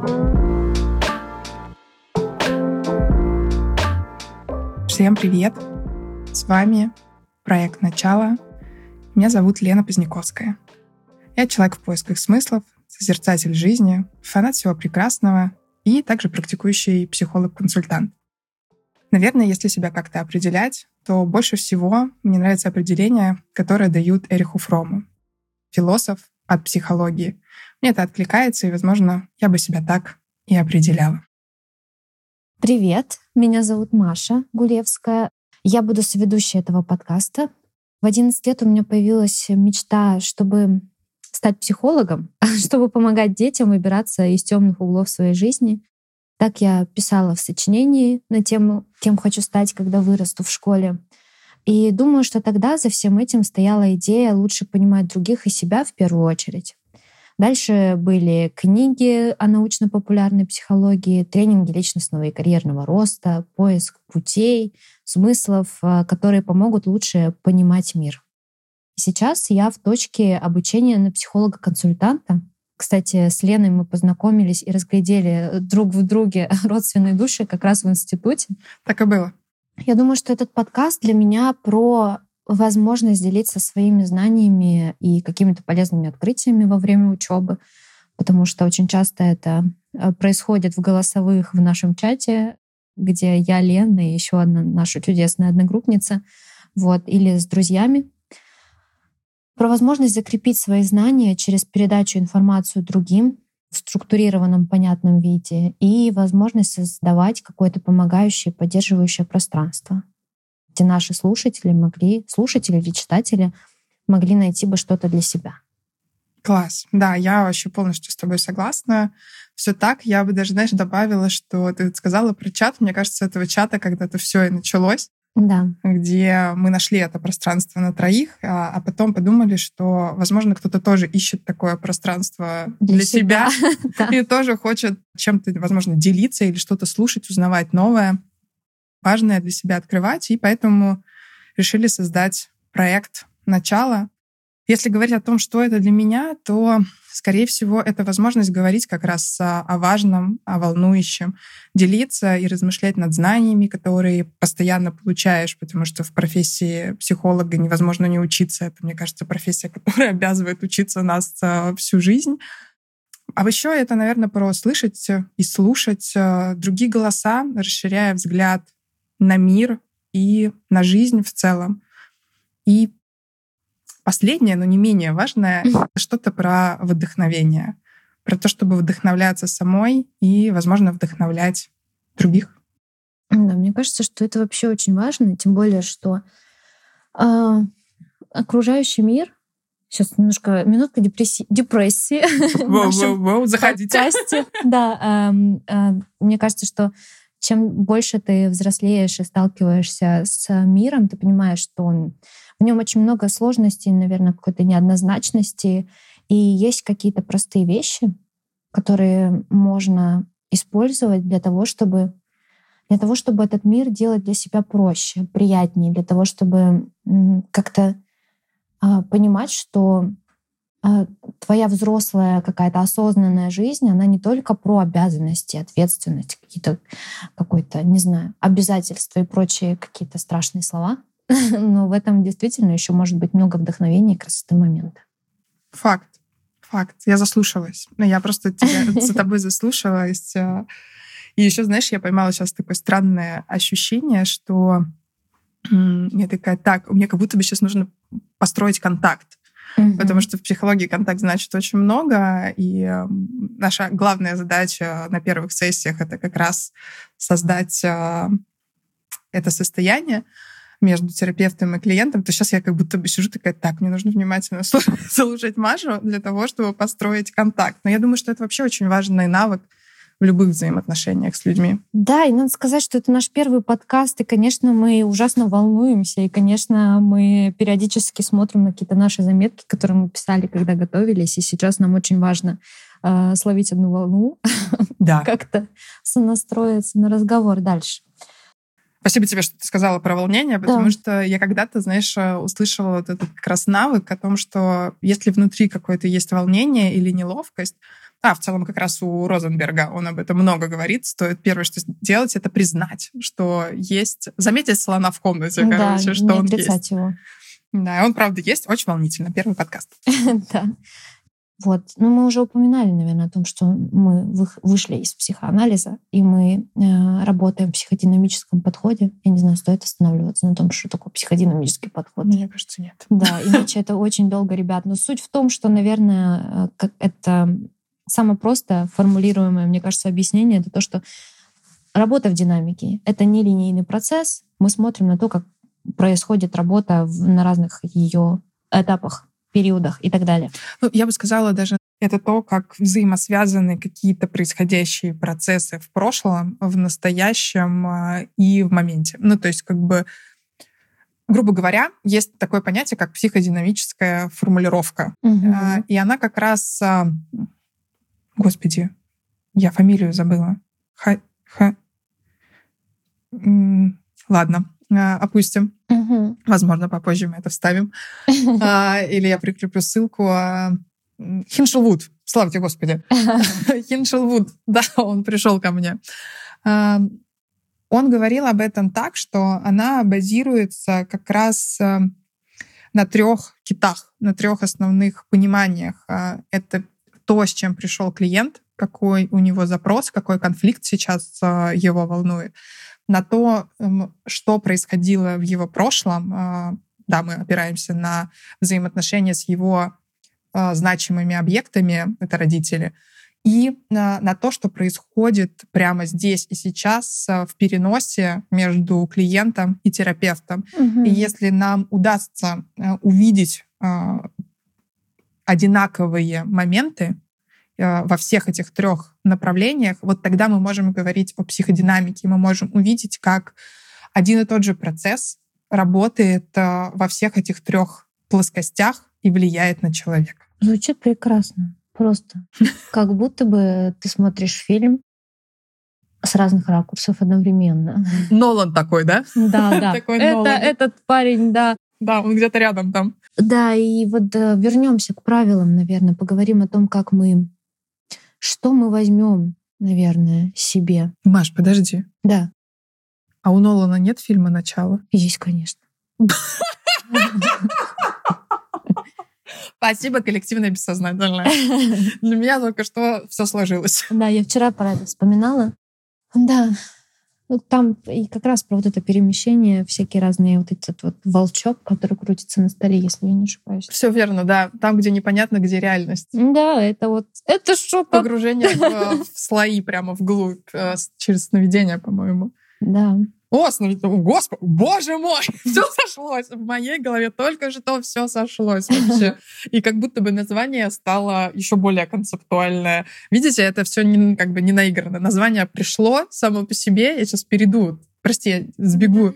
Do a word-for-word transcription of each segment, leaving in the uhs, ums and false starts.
Всем привет! С вами проект «Начало». Меня зовут Лена Поздняковская. Я человек в поисках смыслов, созерцатель жизни, фанат всего прекрасного и также практикующий психолог-консультант. Наверное, если себя как-то определять, то больше всего мне нравится определение, которое дают Эриху Фрому. Философ от психологии. Мне это откликается, и, возможно, я бы себя так и определяла. Привет, меня зовут Маша Гулевская. Я буду соведущей этого подкаста. В одиннадцать лет у меня появилась мечта, чтобы стать психологом, чтобы помогать детям выбираться из темных углов своей жизни. Так я писала в сочинении на тему «Кем хочу стать, когда вырасту в школе». И думаю, что тогда за всем этим стояла идея лучше понимать других и себя в первую очередь. Дальше были книги о научно-популярной психологии, тренинги личностного и карьерного роста, поиск путей, смыслов, которые помогут лучше понимать мир. Сейчас я в точке обучения на психолога-консультанта. Кстати, с Леной мы познакомились и разглядели друг в друге родственные души как раз в институте. Так и было. Я думаю, что этот подкаст для меня про возможность делиться своими знаниями и какими-то полезными открытиями во время учебы, потому что очень часто это происходит в голосовых в нашем чате, где я, Лена и еще одна наша чудесная одногруппница, вот, или с друзьями. Про возможность закрепить свои знания через передачу информации другим в структурированном, понятном виде и возможность создавать какое-то помогающее, поддерживающее пространство, где наши слушатели могли, слушатели или читатели могли найти бы что-то для себя. Класс. Да, я вообще полностью с тобой согласна. Все так. Я бы даже, знаешь, добавила, что ты сказала про чат. Мне кажется, с этого чата когда-то все и началось. Да. Где мы нашли это пространство на троих, а, а потом подумали, что, возможно, кто-то тоже ищет такое пространство для, для себя, себя и тоже хочет чем-то, возможно, делиться или что-то слушать, узнавать новое, важное для себя открывать, и поэтому решили создать проект «Начало». Если говорить о том, что это для меня, то, скорее всего, это возможность говорить как раз о важном, о волнующем, делиться и размышлять над знаниями, которые постоянно получаешь, потому что в профессии психолога невозможно не учиться. Это, мне кажется, профессия, которая обязывает учиться нас всю жизнь. А еще это, наверное, про слышать и слушать другие голоса, расширяя взгляд на мир и на жизнь в целом. И последнее, но не менее важное, что-то про вдохновение. Про то, чтобы вдохновляться самой и, возможно, вдохновлять других. Да, мне кажется, что это вообще очень важно, тем более, что э, окружающий мир... Сейчас немножко минутка депрессии, депрессии воу, воу, воу, заходите. Подкасте. Да, э, э, мне кажется, что чем больше ты взрослеешь и сталкиваешься с миром, ты понимаешь, что он в нем очень много сложностей, наверное, какой-то неоднозначности. И есть какие-то простые вещи, которые можно использовать для того, чтобы, для того, чтобы этот мир делать для себя проще, приятнее, для того, чтобы как-то а, понимать, что а, твоя взрослая какая-то осознанная жизнь, она не только про обязанности, ответственность, какие-то, какое-то, не знаю, обязательства и прочие какие-то страшные слова, но в этом действительно еще может быть много вдохновения и красоты момента. Факт. Факт. Я заслушалась. Я просто тебя, за тобой заслушалась. И еще, знаешь, я поймала сейчас такое странное ощущение, что я такая, так, мне как будто бы сейчас нужно построить контакт. Mm-hmm. Потому что в психологии контакт значит очень много, и наша главная задача на первых сессиях — это как раз создать это состояние между терапевтом и клиентом, то сейчас я как будто бы сижу такая, так, мне нужно внимательно слушать Машу для того, чтобы построить контакт. Но я думаю, что это вообще очень важный навык в любых взаимоотношениях с людьми. Да, и надо сказать, что это наш первый подкаст, и, конечно, мы ужасно волнуемся, и, конечно, мы периодически смотрим на какие-то наши заметки, которые мы писали, когда готовились, и сейчас нам очень важно э, словить одну волну, да. как-то сонастроиться на разговор дальше. Спасибо тебе, что ты сказала про волнение, потому да. что я когда-то, знаешь, услышала вот этот как раз навык о том, что если внутри какое-то есть волнение или неловкость, А, в целом как раз у Розенберга он об этом много говорит. Стоит первое, что сделать, это признать, что есть... Заметить слона в комнате, да, короче, что он есть. Его. Да, он, правда, есть. Очень волнительно. Первый подкаст. Да. Вот. Ну, мы уже упоминали, наверное, о том, что мы вышли из психоанализа, и мы э, работаем в психодинамическом подходе. Я не знаю, стоит останавливаться на том, что такое психодинамический подход. Мне кажется, нет. Да, иначе это очень долго, ребят. Но суть в том, что, наверное, как это самое просто формулируемое, мне кажется, объяснение, это то, что работа в динамике — это не линейный процесс. Мы смотрим на то, как происходит работа в, на разных ее этапах, периодах и так далее. Ну, я бы сказала даже, это то, как взаимосвязаны какие-то происходящие процессы в прошлом, в настоящем и в моменте. Ну, то есть как бы, грубо говоря, есть такое понятие, как психодинамическая формулировка. Угу. И она как раз... Господи, я фамилию забыла. Ха... Ха... Ладно, опустим. Угу. Возможно, попозже мы это вставим. Или я прикреплю ссылку. Хиншелвуд. Слава тебе, Господи. Хиншелвуд. Да, он пришел ко мне. Он говорил об этом так, что она базируется как раз на трех китах, на трех основных пониманиях. Это то, с чем пришел клиент, какой у него запрос, какой конфликт сейчас его волнует, на то, что происходило в его прошлом. Да, мы опираемся на взаимоотношения с его значимыми объектами, это родители, и на, на то, что происходит прямо здесь и сейчас в переносе между клиентом и терапевтом. Угу. И если нам удастся увидеть одинаковые моменты во всех этих трех направлениях, вот тогда мы можем говорить о психодинамике, мы можем увидеть, как один и тот же процесс работает во всех этих трех плоскостях и влияет на человека. Звучит прекрасно. Просто. Как будто бы ты смотришь фильм с разных ракурсов одновременно. Нолан такой, да? Да, да. Такой Это, Нолан. этот парень, да. Да, он где-то рядом там. Да, и вот вернемся к правилам, наверное, поговорим о том, как мы... Что мы возьмем, наверное, себе. Маш, подожди. Да. А у Нолана нет фильма «Начало»? Есть, конечно. Спасибо, коллективное бессознательное. Для меня только что все сложилось. Да, я вчера про это вспоминала. Да. Вот там и как раз про вот это перемещение, всякие разные вот этот вот волчок, который крутится на столе, если я не ошибаюсь. Все верно, да. Там, где непонятно, где реальность. Да, это вот... Это что? Погружение в, в слои прямо вглубь через сновидение, по-моему. Да. О, сновидение. О, Господи, боже мой! Все сошлось. В моей голове только что все сошлось вообще. И как будто бы название стало еще более концептуальное. Видите, это все не, как бы не наиграно. Название пришло само по себе. Я сейчас перейду. Прости, я сбегу.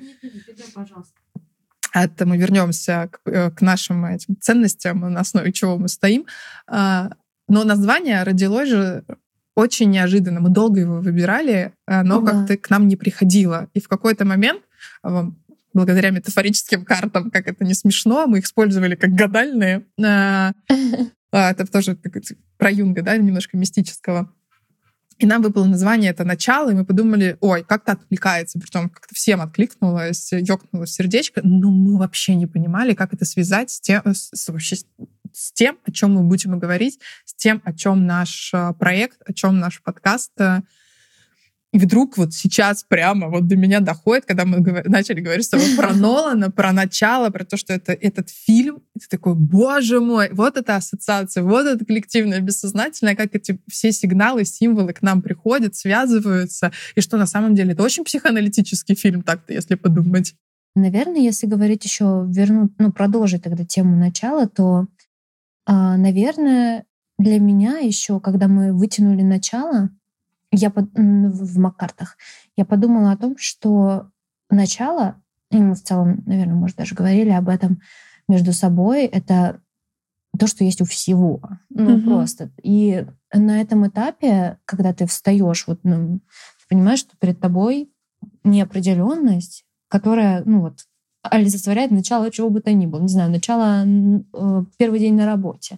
Это мы вернемся к, к нашим этим ценностям, на основе чего мы стоим. Но название родилось же очень неожиданно. Мы долго его выбирали, но да. как-то к нам не приходило. И в какой-то момент, благодаря метафорическим картам, как это не смешно, мы их использовали как гадальные. Это тоже про Юнга, да, немножко мистического. И нам выпало название, это «Начало», и мы подумали, ой, как-то откликается, притом как-то всем откликнулось, ёкнуло сердечко, но мы вообще не понимали, как это связать с тем, с, вообще, с тем, о чем мы будем говорить, с тем, о чем наш проект, о чем наш подкаст. И вдруг вот сейчас прямо вот до меня доходит, когда мы говор- начали говорить с тобой про Нолана, про начало, про то, что это этот фильм. И ты такой, боже мой, вот эта ассоциация, вот это коллективное бессознательное, как эти все сигналы, символы к нам приходят, связываются, и что на самом деле это очень психоаналитический фильм, так-то, если подумать. Наверное, если говорить еще, вернуть, ну, продолжить тогда тему начала, то, наверное, для меня еще, когда мы вытянули начало, я под, в Маккартах, я подумала о том, что начало, и мы в целом, наверное, может, даже говорили об этом между собой, это то, что есть у всего. Ну, mm-hmm. просто. И на этом этапе, когда ты встаешь, вот, ну, ты понимаешь, что перед тобой неопределенность, которая, ну вот, олицетворяет начало чего бы то ни было. Не знаю, начало, э, первый день на работе,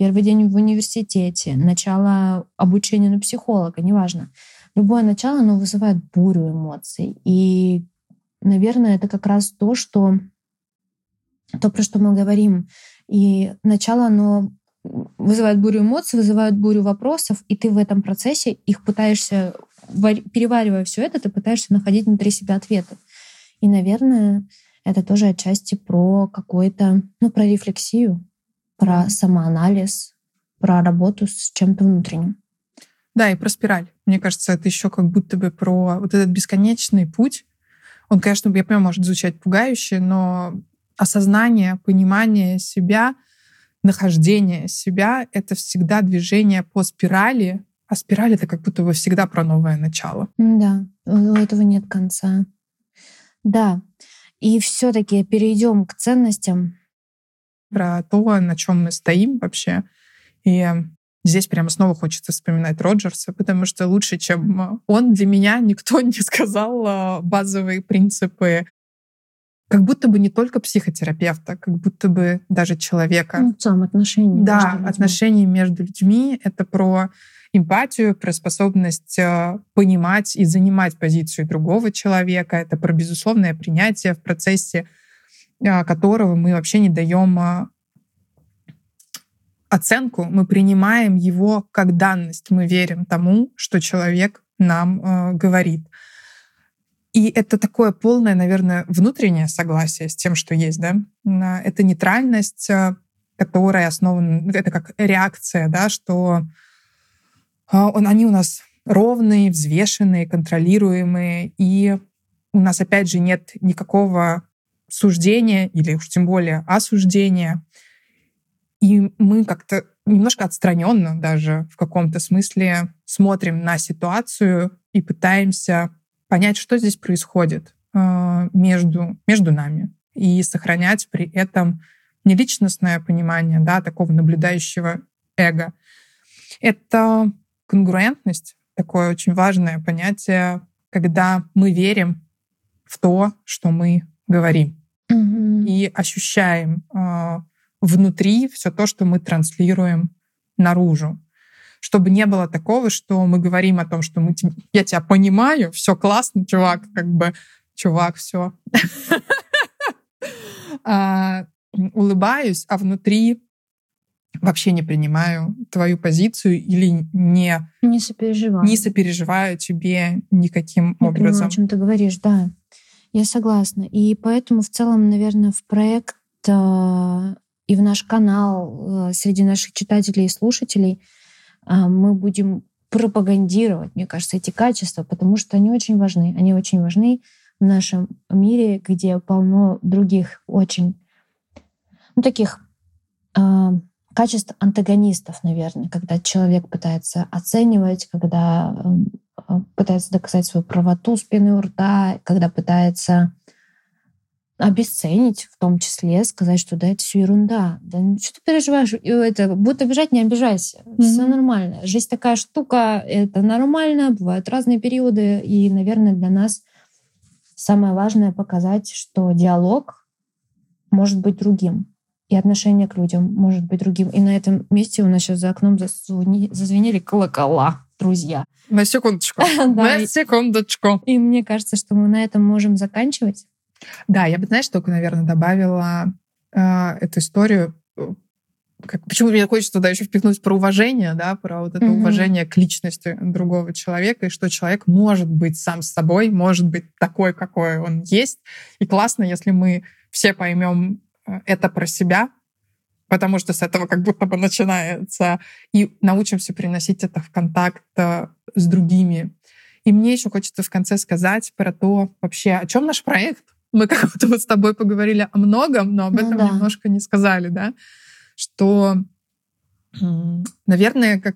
первый день в университете, начало обучения на психолога, неважно. Любое начало, оно вызывает бурю эмоций. И, наверное, это как раз то, что то, про что мы говорим. И начало, оно вызывает бурю эмоций, вызывает бурю вопросов, и ты в этом процессе их пытаешься, переваривая все это, ты пытаешься находить внутри себя ответы. И, наверное, это тоже отчасти про какой-то, ну, про рефлексию, про самоанализ, про работу с чем-то внутренним. Да, и про спираль. Мне кажется, это еще как будто бы про вот этот бесконечный путь. Он, конечно, я понимаю, может звучать пугающе, но осознание, понимание себя, нахождение себя — это всегда движение по спирали, а спираль — это как будто бы всегда про новое начало. Да, у этого нет конца. Да, и все-таки перейдем к ценностям. Про то, на чем мы стоим вообще. И здесь прямо снова хочется вспоминать Роджерса, потому что лучше, чем он, для меня никто не сказал базовые принципы, как будто бы не только психотерапевта, как будто бы даже человека. Ну, в целом отношения. Да, между отношения между людьми. Это про эмпатию, про способность понимать и занимать позицию другого человека. Это про безусловное принятие, в процессе которого мы вообще не даем оценку, мы принимаем его как данность, мы верим тому, что человек нам говорит. И это такое полное, наверное, внутреннее согласие с тем, что есть, да. Это нейтральность, которая основана, это как реакция, да, что они у нас ровные, взвешенные, контролируемые, и у нас, опять же, нет никакого суждения или уж тем более осуждения. И мы как-то немножко отстраненно даже в каком-то смысле смотрим на ситуацию и пытаемся понять, что здесь происходит между, между нами, и сохранять при этом не личностное понимание, да, такого наблюдающего эго. Это конгруентность, такое очень важное понятие, когда мы верим в то, что мы говорим, mm-hmm. и ощущаем э, внутри все то, что мы транслируем наружу. Чтобы не было такого, что мы говорим о том, что мы, я тебя понимаю, все классно, чувак, как бы, чувак, все. Улыбаюсь, а внутри вообще не принимаю твою позицию или не, не сопереживаю. не сопереживаю тебе никаким я образом. Я понимаю, о чем ты говоришь, да. Я согласна. И поэтому в целом, наверное, в проект э, и в наш канал э, среди наших читателей и слушателей мы будем пропагандировать, мне кажется, эти качества, потому что они очень важны. Они очень важны в нашем мире, где полно других очень, ну, таких э, качеств антагонистов, наверное, когда человек пытается оценивать, когда э, пытается доказать свою правоту с пеной у рта, когда пытается обесценить, в том числе сказать, что да, это все ерунда. Да что ты переживаешь? Это, будут обижать, не обижайся. Mm-hmm. Все нормально. Жизнь такая штука, это нормально, бывают разные периоды. И, наверное, для нас самое важное показать, что диалог может быть другим. И отношение к людям может быть другим. И на этом месте у нас сейчас за окном зазвенели колокола, друзья. На секундочку. На секундочку. И мне кажется, что мы на этом можем заканчивать. Да, я бы, знаешь, только, наверное, добавила э, эту историю. Как, почему мне хочется туда еще впихнуть про уважение, да, про вот это mm-hmm. уважение к личности другого человека, и что человек может быть сам с собой, может быть такой, какой он есть. И классно, если мы все поймем это про себя, потому что с этого как будто бы начинается, и научимся приносить это в контакт с другими. И мне еще хочется в конце сказать про то вообще, о чем наш проект. Мы как будто вот с тобой поговорили о многом, но об этом ну, да. немножко не сказали, да? Что, наверное, как,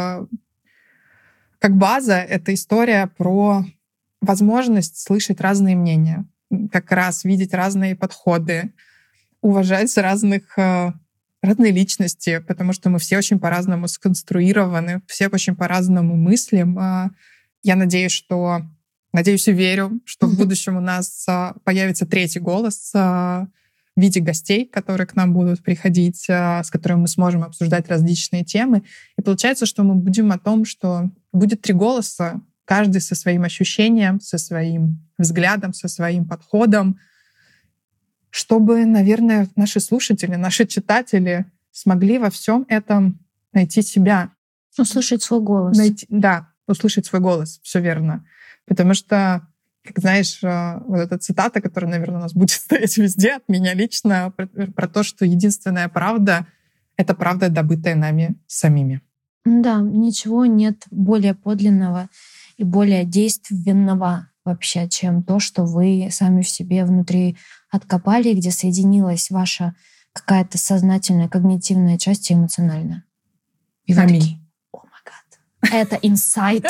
как база, это история про возможность слышать разные мнения, как раз видеть разные подходы, уважать разных, разные личности, потому что мы все очень по-разному сконструированы, все очень по-разному мыслим. Я надеюсь, что Надеюсь и верю, что в будущем у нас появится третий голос, в виде гостей, которые к нам будут приходить, с которыми мы сможем обсуждать различные темы. И получается, что мы будем о том, что будет три голоса, каждый со своим ощущением, со своим взглядом, со своим подходом, чтобы, наверное, наши слушатели, наши читатели смогли во всем этом найти себя. Услышать свой голос. Найти, да, услышать свой голос, все верно. Потому что, как знаешь, вот эта цитата, которая, наверное, у нас будет стоять везде от меня лично, про, про то, что единственная правда — это правда, добытая нами самими. Да, ничего нет более подлинного и более действенного вообще, чем то, что вы сами в себе внутри откопали, где соединилась ваша какая-то сознательная, когнитивная часть и эмоциональная. И вы такие: о май гад, это инсайт.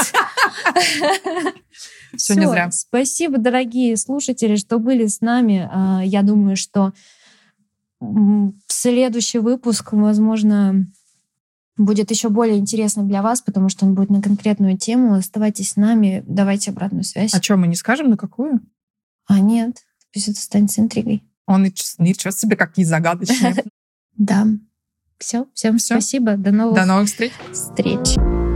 Все не зря. Спасибо, дорогие слушатели, что были с нами. Я думаю, что следующий выпуск, возможно, будет еще более интересно для вас, потому что он будет на конкретную тему. Оставайтесь с нами, давайте обратную связь. А что, мы не скажем, на какую? А нет, пусть это останется интригой. Он ничего себе, какие загадочные. Да. Все, всем спасибо. До новых До новых встреч. встреч.